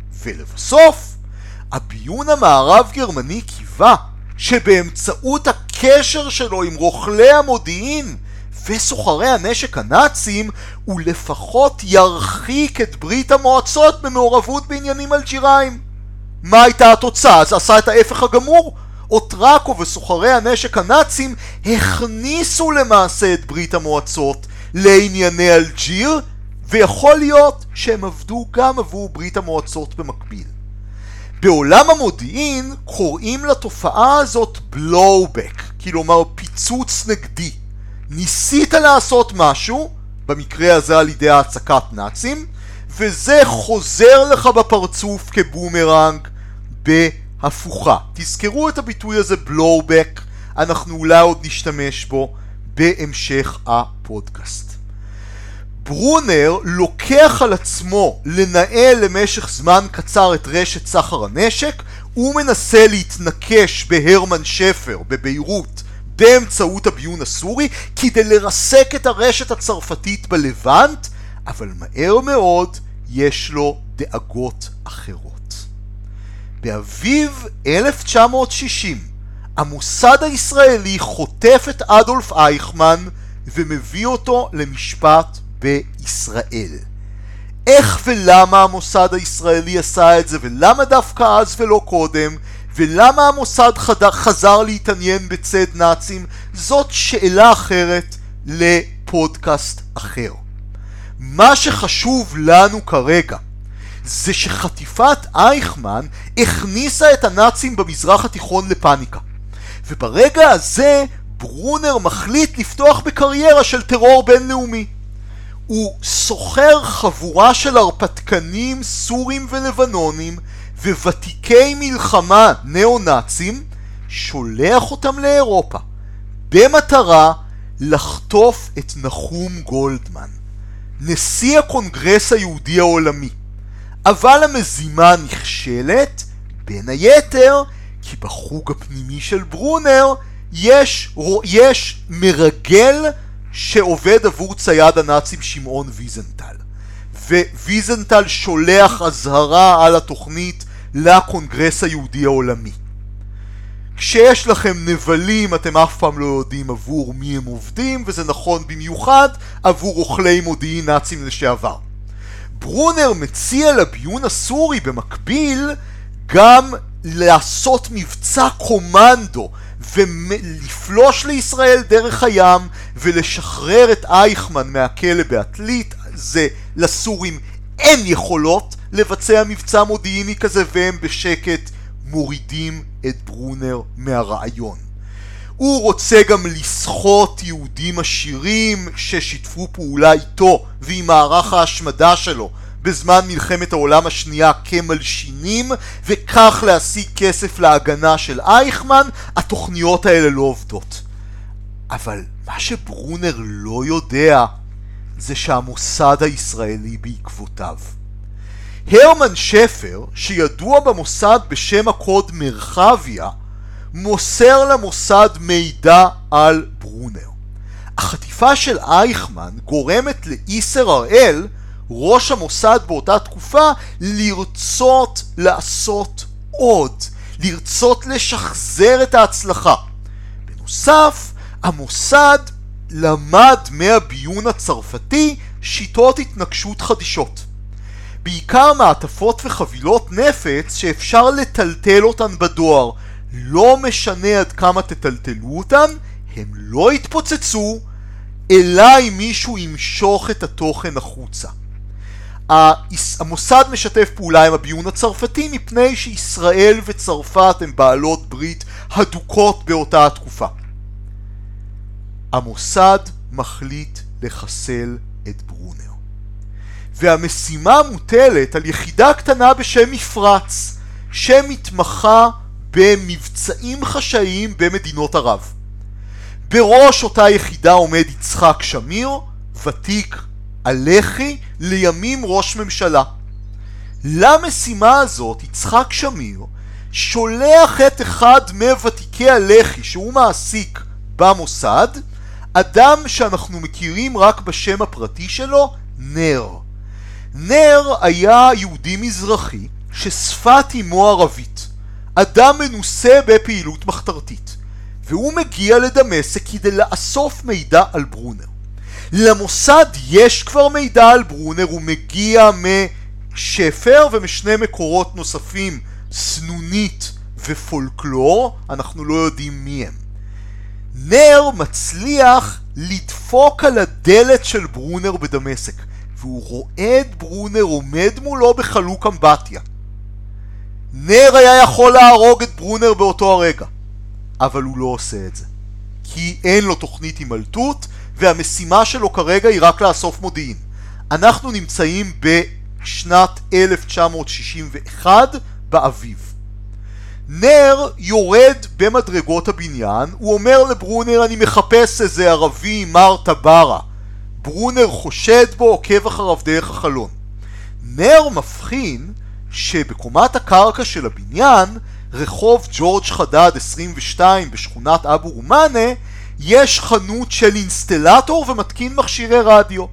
ולבסוף, הביון המערב גרמני קיווה שבאמצעות הקשר שלו עם רוכלי המודיעין וסוחרי הנשק הנאצים, הוא לפחות ירחיק את ברית המועצות במעורבות בעניינים אלג'יראים. מה הייתה התוצאה? זה עשה את ההפך הגמור. אוטראקו וסוחרי הנשק הנאצים הכניסו למעשה את ברית המועצות לענייני אלג'יר, ויכול להיות שהם עבדו גם עבור ברית המועצות במקביל. בעולם המודיעין קוראים לתופעה הזאת blowback, כלומר פיצוץ נגדי. ניסית לעשות משהו, במקרה הזה על ידי העצקת נאצים, וזה חוזר לך בפרצוף כבומרנג בהפוכה. תזכרו את הביטוי הזה blowback, אנחנו אולי עוד נשתמש בו בהמשך הפודקאסט. ברונר לוקח על עצמו לנהל למשך זמן קצר את רשת סחר הנשק, הוא מנסה להתנקש בהרמן שפר בביירות באמצעות הביון הסורי כדי לרסק את הרשת הצרפתית בלבנט, אבל מהר מאוד יש לו דאגות אחרות. באביב אלף תשע מאות שישים המוסד הישראלי חוטף את אדולף אייכמן ומביא אותו למשפט בישראל. איך ולמה המוסד הישראלי עשה את זה, ולמה דווקא אז ולא קודם, ולמה המוסד חזר להתעניין בצד נאצים, זאת שאלה אחרת לפודקאסט אחר. מה שחשוב לנו כרגע זה שחטיפת אייכמן הכניסה את הנאצים במזרח התיכון לפאניקה. וברגע הזה ברונר מחליט לפתוח בקריירה של טרור בינלאומי. הוא סוחר חבורה של הרפתקנים סורים ולבנונים וותיקי מלחמה נאו-נאצים, שולח אותם לאירופה במטרה לחטוף את נחום גולדמן, נשיא הקונגרס היהודי העולמי. אבל המזימה נכשלת, בין היתר, כי בחוג הפנימי של ברונר יש, יש מרגל שעובד עבור צייד הנאצים שמעון ויזנטל. וויזנטל שולח הזהרה על התוכנית לקונגרס היהודי העולמי. כשיש לכם נבלים אתם אף פעם לא יודעים עבור מי הם עובדים, וזה נכון במיוחד עבור אוכלי מודיעין נאצים לשעבר. ברונר מציע לביון הסורי במקביל גם לעשות מבצע קומנדו ולפלוש לישראל דרך הים ולשחרר את אייכמן מהכלא בעתלית. זה לסורים אין יכולות לבצע מבצע מודיעיני כזה, והם בשקט מורידים את ברונר מהרעיון. הוא רוצה גם לסחוט יהודים עשירים ששיתפו פעולה איתו ועם מערך ההשמדה שלו בזמן מלחמת העולם השנייה כמלשינים, וכך להשיג כסף להגנה של אייכמן. התוכניות האלה לא עובדות. אבל מה שברונר לא יודע זה שהמוסד הישראלי בעקבותיו. הרמן שפר, שידוע במוסד בשם הקוד מרחביה, מוסר למוסד מידע על ברונר. החטיפה של אייכמן גורמת לאיסר הראל, ראש המוסד באותה תקופה, לרצות לעשות עוד, לרצות לשחזר את ההצלחה. בנוסף, המוסד למד מהביון הצרפתי שיטות התנגשות חדישות. בעיקר מעטפות וחבילות נפץ שאפשר לטלטל אותן בדואר. לא משנה עד כמה תטלטלו אותן, הם לא יתפוצצו, אלא אם מישהו ימשוך את התוכן החוצה. המוסד משתף פעולה עם הביון הצרפתי מפני שישראל וצרפת הן בעלות ברית הדוקות באותה התקופה. המוסד מחליט לחסל את ברונר. והמשימה מוטלת על יחידה קטנה בשם מפרץ, שמתמחה במבצעים חשאיים במדינות ערב. בראש אותה יחידה עומד יצחק שמיר, ותיק הלח"י, לימים ראש ממשלה. למשימה הזאת יצחק שמיר שולח את אחד מוותיקי הלח"י שהוא מעסיק במוסד, אדם שאנחנו מכירים רק בשם הפרטי שלו, נר. נר היה יהודי מזרחי ששפת אמו ערבית, אדם מנוסה בפעילות מחתרתית, והוא מגיע לדמשק כדי לאסוף מידע על ברונר. למוסד יש כבר מידע על ברונר, הוא מגיע משפר ומשני מקורות נוספים, סנונית ופולקלור, אנחנו לא יודעים מי הם. נר מצליח לדפוק על הדלת של ברונר בדמשק, והוא רואה את ברונר עומד מולו בחלוק אמבטיה. נר היה יכול להרוג את ברונר באותו הרגע, אבל הוא לא עושה את זה, כי אין לו תוכנית הימלטות, והמשימה שלו כרגע היא רק לאסוף מודיעין. אנחנו נמצאים בשנת אלף תשע מאות שישים ואחת באביב. נר יורד במדרגות הבניין, הוא אומר לברונר, אני מחפש איזה ערבי מר טברה. ברונר חושד בו, עוקב אחריו דרך החלון. נר מבחין שבקומת הקרקע של הבניין, רחוב ג'ורג' חדד עשרים ושתיים בשכונת אבו רומאנה, יש חנות של אינסטלטור ומתקין מכשירי רדיו.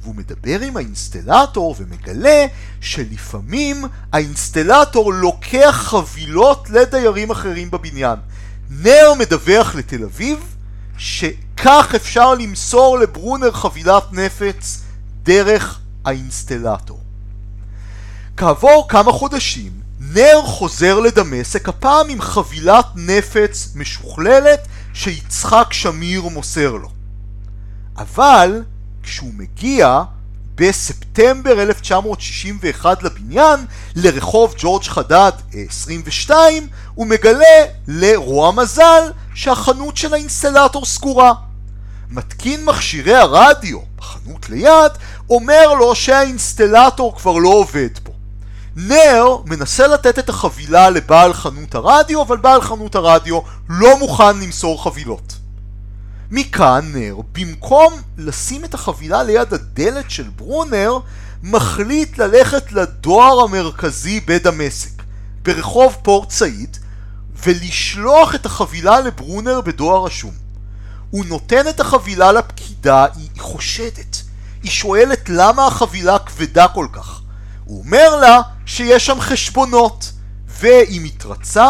והוא מדבר עם האינסטלטור ומגלה שלפעמים האינסטלטור לוקח חבילות לדיירים אחרים בבניין. נר מדווח לתל אביב שכך אפשר למסור לברונר חבילת נפץ דרך האינסטלטור. כעבור כמה חודשים נר חוזר לדמשק, הפעם עם חבילת נפץ משוכללת שיצחק שמיר מוסר לו. אבל כשהוא מגיע בספטמבר אלף תשע מאות שישים ואחת לבניין, לרחוב ג'ורג' חדד עשרים ושתיים, הוא מגלה לרוע מזל שהחנות של האינסטלטור סגורה. מתקין מכשירי הרדיו בחנות ליד אומר לו שהאינסטלטור כבר לא עובד פה. נר מנסה לתת את החבילה לבעל חנות הרדיו, אבל בעל חנות הרדיו לא מוכן למסור חבילות. מכאן נר, במקום לשים את החבילה ליד הדלת של ברונר, מחליט ללכת לדואר המרכזי בדמשק, ברחוב פורט סעיד, ולשלוח את החבילה לברונר בדואר רשום. הוא נותן את החבילה לפקידה, היא חושדת. היא שואלת למה החבילה כבדה כל כך. הוא אומר לה שיש שם חשבונות, והיא מתרצה,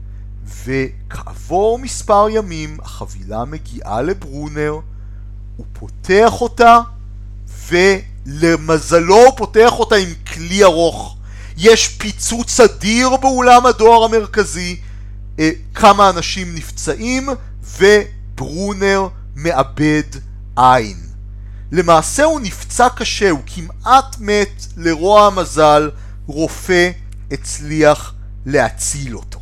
וכעבור מספר ימים החבילה מגיעה לברונר, הוא פותח אותה, ולמזלו הוא פותח אותה עם כלי ארוך. יש פיצוץ אדיר באולם הדואר המרכזי, כמה אנשים נפצעים, וברונר מאבד עין. למעשה הוא נפצע קשה, הוא כמעט מת, לרוע המזל, רופא הצליח להציל אותו.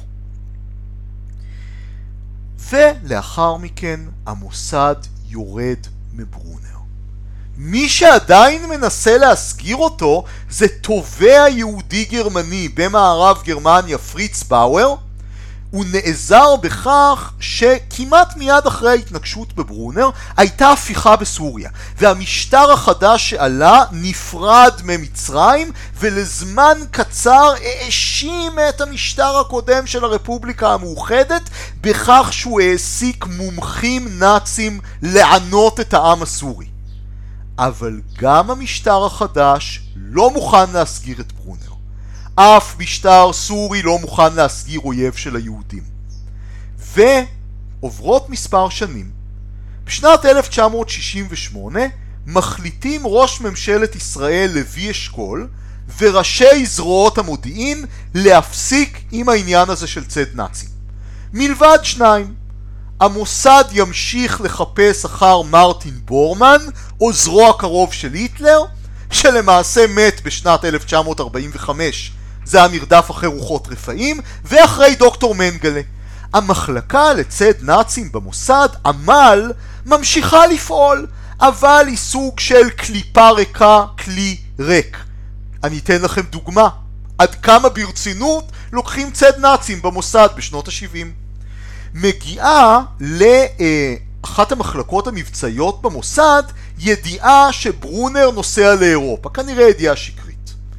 ולאחר מכן המוסד יורד מברונר. מי שעדיין מנסה להסגיר אותו זה תובע יהודי גרמני במערב גרמניה, פריץ באואר. הוא נעזר בכך שכמעט מיד אחרי ההתנגשות בברונר הייתה הפיכה בסוריה, והמשטר החדש שעלה נפרד ממצרים, ולזמן קצר האשים את המשטר הקודם של הרפובליקה המאוחדת בכך שהוא העסיק מומחים נאצים לענות את העם הסורי. אבל גם המשטר החדש לא מוכן להסגיר את ברונר. אף משטר סורי לא מוכן להסגיר אויב של היהודים. ועוברות מספר שנים. בשנת אלף תשע מאות שישים ושמונה מחליטים ראש ממשלת ישראל לוי אשכול וראשי זרועות המודיעין להפסיק עם העניין הזה של צד נאצים. מלבד שניים, המוסד ימשיך לחפש אחר מרטין בורמן, עוזרו הקרוב של היטלר, שלמעשה מת בשנת אלף תשע מאות ארבעים וחמש. זה המרדף אחרי רוחות רפאים, ואחרי דוקטור מנגלה. המחלקה לצד נאצים במוסד, עמל, ממשיכה לפעול, אבל היא סוג של קליפה ריקה, כלי ריק. אני אתן לכם דוגמה. עד כמה ברצינות לוקחים צד נאצים במוסד בשנות ה-שבעים. מגיעה לאחת המחלקות המבצעיות במוסד ידיעה שברונר נוסע לאירופה, כנראה ידיעה שקרית.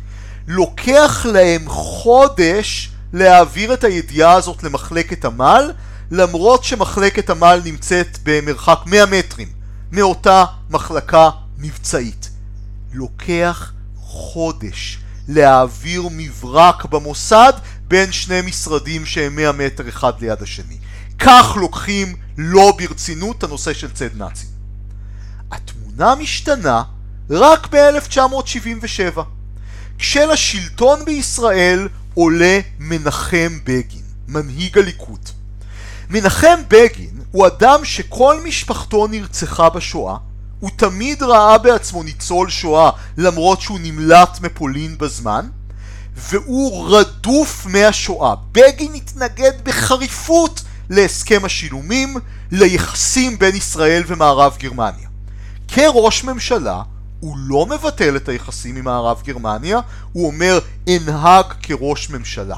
לוקח להם חודש להעביר את הידיעה הזאת למחלקת עמל, למרות שמחלקת עמל נמצאת במרחק מאה מטרים מאותה מחלקה מבצעית. לוקח חודש להעביר מברק במוסד בין שני משרדים שהם מאה מטר אחד ליד השני. כך לוקחים לא ברצינות הנושא של צד נאצים. התמונה משתנה רק ב-אלף תשע מאות שבעים ושבע. כשלשלטון בישראל עולה מנחם בגין, מנהיג הליכוד. מנחם בגין הוא אדם שכל משפחתו נרצחה בשואה, הוא תמיד ראה בעצמו ניצול שואה למרות שהוא נמלט מפולין בזמן, והוא רדוף מהשואה. בגין התנגד בחריפות להסכם השילומים, ליחסים בין ישראל ומערב גרמניה. כראש ממשלה הוא לא מבטל את היחסים עם מערב גרמניה, הוא אומר אנהג כראש ממשלה.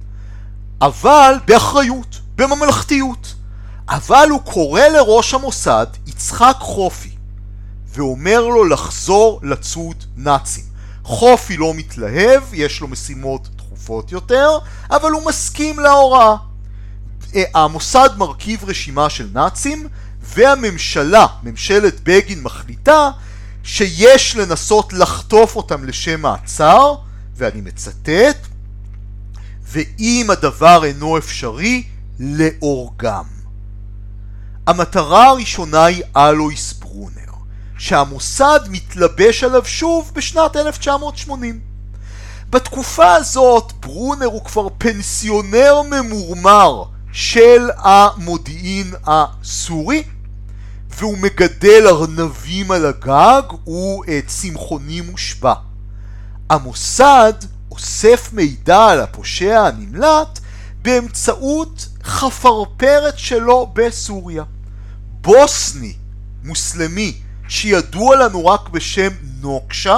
אבל באחריות, בממלכתיות. אבל הוא קורא לראש המוסד יצחק חופי, ואומר לו לחזור לצוד נאצים. חופי לא מתלהב, יש לו משימות דחופות יותר, אבל הוא מסכים להוראה. המוסד מרכיב רשימה של נאצים, והממשלה, ממשלת בגין, מחליטה שיש לנסות לחטוף אותם לשם מעצר, ואני מצטט, ואם הדבר אינו אפשרי, לאורגם. המטרה הראשונה היא אלויס ברונר, שהמוסד מתלבש עליו שוב בשנת אלף תשע מאות שמונים. בתקופה הזאת ברונר הוא כבר פנסיונר ממורמר של המודיעין הסורי, והוא מגדל ארנבים על הגג, הוא צמחוני מושבע. המוסד אוסף מידע על הפושע הנמלט באמצעות חפרפרת שלו בסוריה. בוסני, מוסלמי, שידוע לנו רק בשם נוקשה,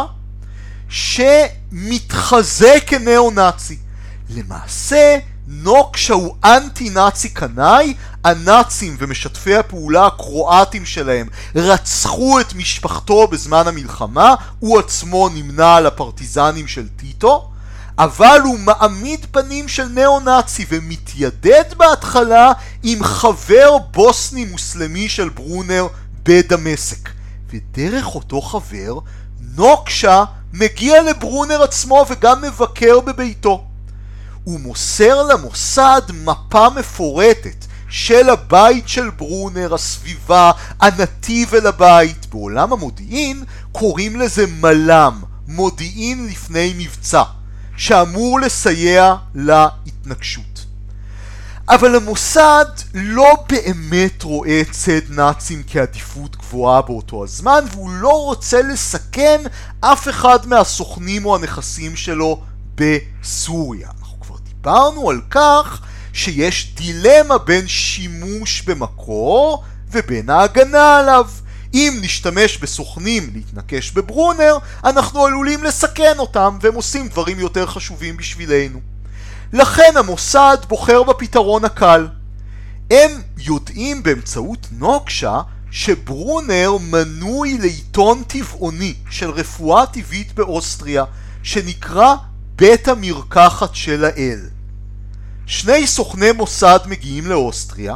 שמתחזה כנאו-נאצי. למעשה, נוקשה הוא אנטי-נאצי קנאי. הנאצים ומשתפי הפעולה הקרואטים שלהם רצחו את משפחתו בזמן המלחמה, הוא עצמו נמנה על הפרטיזנים של טיטו, אבל הוא מעמיד פנים של נאו-נאצי ומתיידד בהתחלה עם חבר בוסני מוסלמי של ברונר בדמשק. ודרך אותו חבר, נוקשה מגיע לברונר עצמו וגם מבקר בביתו. הוא מוסר למוסד מפה מפורטת של הבית של ברונר, הסביבה, הנתיב אל הבית. בעולם המודיעין קוראים לזה מלם, מודיעין לפני מבצע, שאמור לסייע להתנגשות. אבל המוסד לא באמת רואה צד נאצים כעדיפות גבוהה באותו הזמן, והוא לא רוצה לסכן אף אחד מהסוכנים או הנכסים שלו בסוריה. אנחנו כבר דיברנו על כך שיש דילמה בין שימוש במקור ובין ההגנה עליו. אם נשתמש בסוכנים להתנקש בברונר, אנחנו עלולים לסכן אותם, והם עושים דברים יותר חשובים בשבילנו. לכן המוסד בוחר בפתרון הקל. הם יודעים באמצעות נוקשה שברונר מנוי לעיתון טבעוני של רפואה טבעית באוסטריה, שנקרא בית המרקחת של האל. שני סוכני מוסד מגיעים לאוסטריה,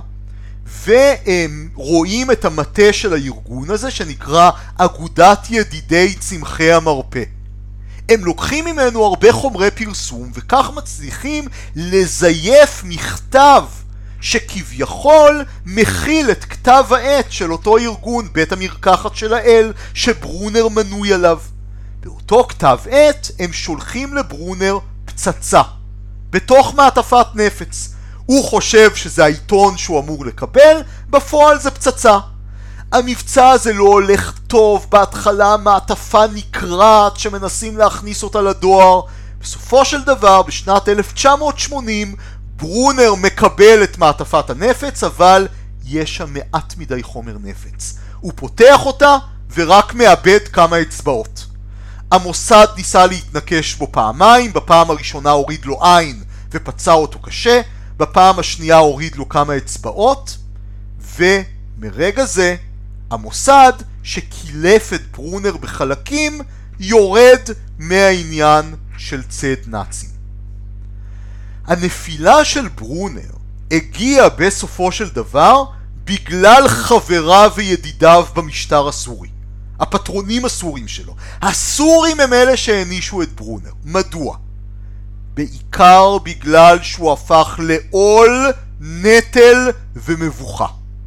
והם רואים את המטה של הארגון הזה שנקרא אגודת ידידי צמחי המרפא. הם לוקחים ממנו הרבה חומרי פרסום, וכך מצליחים לזייף מכתב שכביכול מכיל את כתב העת של אותו ארגון, בית המרקחת של האל, שברונר מנוי עליו. באותו כתב עת הם שולחים לברונר פצצה בתוך מעטפת נפץ. הוא חושב שזה העיתון שהוא אמור לקבל, בפועל זה פצצה. המבצע הזה לא הולך טוב, בהתחלה מעטפה נקרעת שמנסים להכניס אותה לדואר. בסופו של דבר, בשנת אלף תשע מאות שמונים, ברונר מקבל את מעטפת הנפץ, אבל יש שם מעט מדי חומר נפץ. הוא פותח אותה ורק מאבד כמה אצבעות. המוסד ניסה להתנקש בו פעמיים, בפעם הראשונה הוריד לו עין ופצע אותו קשה, בפעם השנייה הוריד לו כמה אצבעות, ומרגע זה המוסד שקילף את ברונר בחלקים יורד מהעניין של צד נאצים. הנפילה של ברונר הגיעה בסופו של דבר בגלל חבריו וידידיו במשטר הסורי, הפטרונים הסורים שלו. הסורים הם אלה שהענישו את ברונר. מדוע? בעיקר בגלל שהוא הפך לעול, נטל ומבוכה.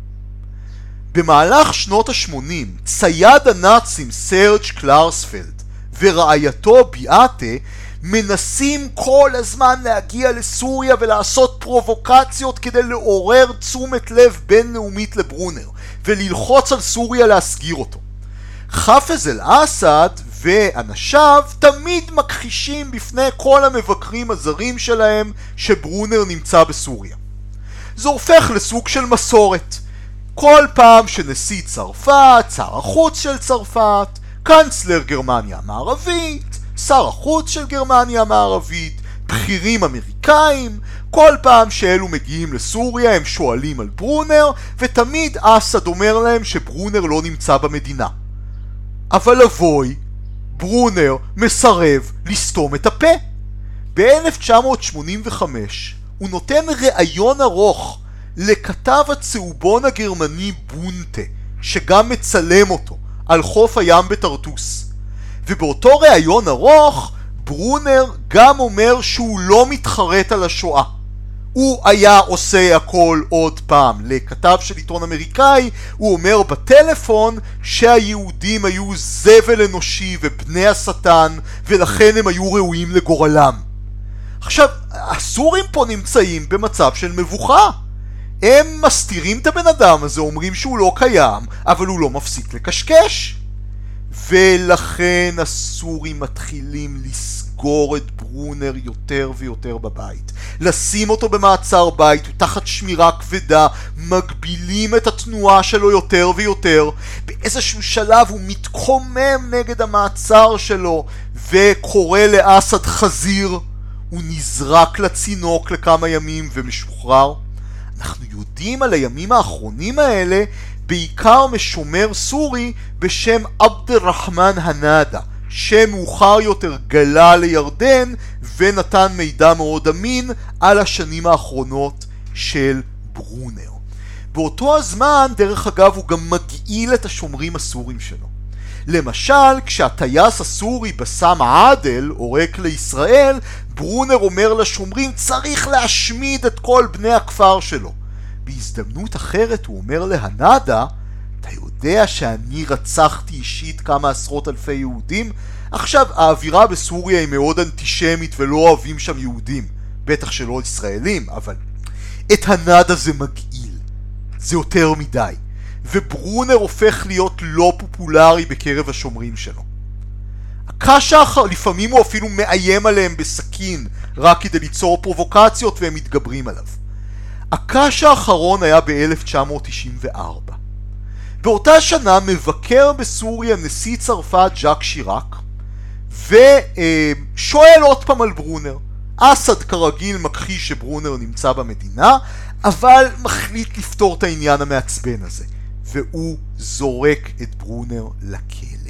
במהלך שנות ה-שמונים, צייד הנאצים סרג' קלרספלד ורעייתו ביאטה מנסים כל הזמן להגיע לסוריה ולעשות פרובוקציות כדי לעורר תשומת לב בינלאומית לברונר וללחוץ על סוריה להסגיר אותו. חאפז אל-אסד ואנשיו תמיד מכחישים בפני כל המבקרים הזרים שלהם שברונר נמצא בסוריה. זה הופך לסוג של מסורת. כל פעם שנשיא צרפת, שר החוץ של צרפת, קנצלר גרמניה המערבית, שר החוץ של גרמניה המערבית, בכירים אמריקאים, כל פעם שאלו מגיעים לסוריה הם שואלים על ברונר, ותמיד אסד אומר להם שברונר לא נמצא במדינה. אבל אבוי, ברונר מסרב לסתום את הפה. ב-אלף תשע מאות שמונים וחמש הוא נותן ראיון ארוך לכתב הצהובון הגרמני בונטה, שגם מצלם אותו, על חוף הים בטרטוס. ובאותו ראיון ארוך, ברונר גם אומר שהוא לא מתחרט על השואה. הוא היה עושה הכל עוד פעם. לכתב של עיתון אמריקאי הוא אומר בטלפון שהיהודים היו זבל אנושי ובני השטן, ולכן הם היו ראויים לגורלם. עכשיו, הסורים פה נמצאים במצב של מבוכה. הם מסתירים את הבן אדם הזה, אומרים שהוא לא קיים, אבל הוא לא מפסיק לקשקש. ולכן הסורים מתחילים לסגור את ברונר יותר ויותר בבית. לשים אותו במעצר בית, הוא תחת שמירה כבדה, מגבילים את התנועה שלו יותר ויותר. באיזשהו שלב הוא מתקומם נגד המעצר שלו וקורא לאסד חזיר. הוא נזרק לצינוק לכמה ימים ומשוחרר. אנחנו יודעים על הימים האחרונים האלה בעיקר משומר סורי בשם עבד אל-רחמן הנאדה, שמאוחר יותר גלה לירדן ונתן מידע מאוד אמין על השנים האחרונות של ברונר. באותו הזמן, דרך אגב, הוא גם מגעיל את השומרים הסורים שלו. למשל, כשהטייס הסורי בסם עדל עורק לישראל, ברונר אומר לשומרים צריך להשמיד את כל בני הכפר שלו. בהזדמנות אחרת הוא אומר להנאדה, אתה יודע שאני רצחתי אישית כמה עשרות אלפי יהודים? עכשיו, האווירה בסוריה היא מאוד אנטישמית ולא אוהבים שם יהודים, בטח שלא ישראלים, אבל את הנאדה זה מגעיל, זה יותר מדי, וברונר הופך להיות לא פופולרי בקרב השומרים שלו. הקש האחר, לפעמים הוא אפילו מאיים עליהם בסכין רק כדי ליצור פרובוקציות והם מתגברים עליו. הקש האחרון היה ב-אלף תשע מאות תשעים וארבע. באותה שנה מבקר בסוריה נשיא צרפת ז'אק שיראק ושואל עוד פעם על ברונר. אסד כרגיל מכחיש שברונר נמצא במדינה, אבל מחליט לפתור את העניין המעצבן הזה, והוא זורק את ברונר לכלא.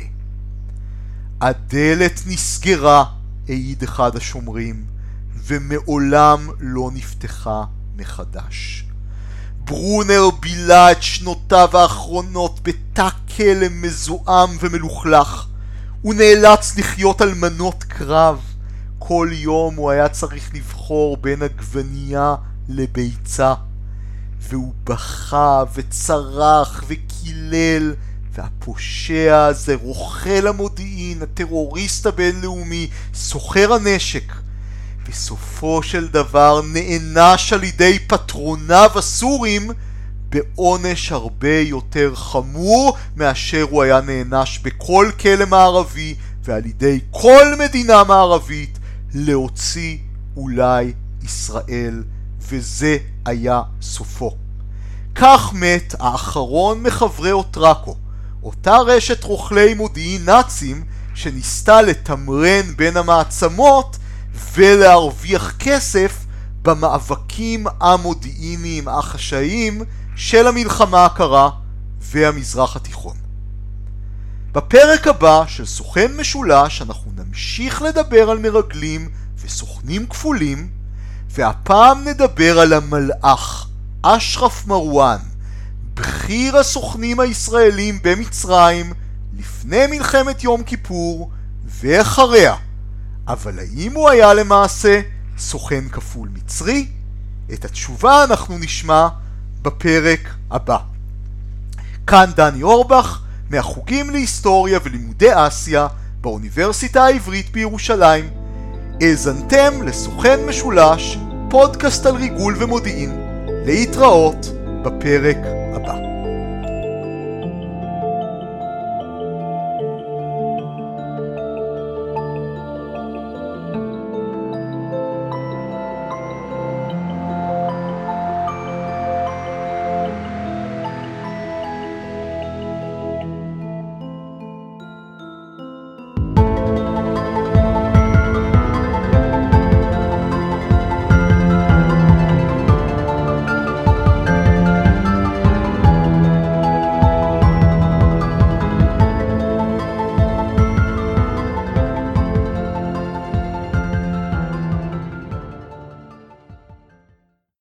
הדלת נסגרה, העיד אחד השומרים, ומעולם לא נפתחה מחדש. ברונר בילה את שנותיו האחרונות בתא כלא מזוהם ומלוכלך. הוא נאלץ לחיות על מנות קרב. כל יום הוא היה צריך לבחור בין עגבנייה לביצה. והוא בכה וצרח וקילל, והפושע הזה, רוכל המודיעין, הטרוריסט הבינלאומי, סוחר הנשק, בסופו של דבר נענש על ידי פטרוניו הסורים בעונש הרבה יותר חמור מאשר הוא היה נענש בכל כלא מערבי ועל ידי כל מדינה מערבית להוציא אולי ישראל, וזה היה סופו. כך מת האחרון מחברי אוטרקו, אותה רשת רוכלי מודיעין נאצים שניסתה לתמרן בין המעצמות ולהרוויח כסף במאבקים המודיעיניים החשאיים של המלחמה הקרה והמזרח התיכון. בפרק הבא של סוכן משולש אנחנו נמשיך לדבר על מרגלים וסוכנים כפולים, והפעם נדבר על המלאך אשרף מרואן, בכיר הסוכנים הישראלים במצרים לפני מלחמת יום כיפור ואחריה. אבל האם הוא היה למעשה סוכן כפול מצרי? את התשובה אנחנו נשמע בפרק הבא. כאן דני אורבך מהחוגים להיסטוריה ולימודי אסיה באוניברסיטה העברית בירושלים. האזנתם לסוכן משולש, פודקאסט על ריגול ומודיעין. להתראות בפרק הבא.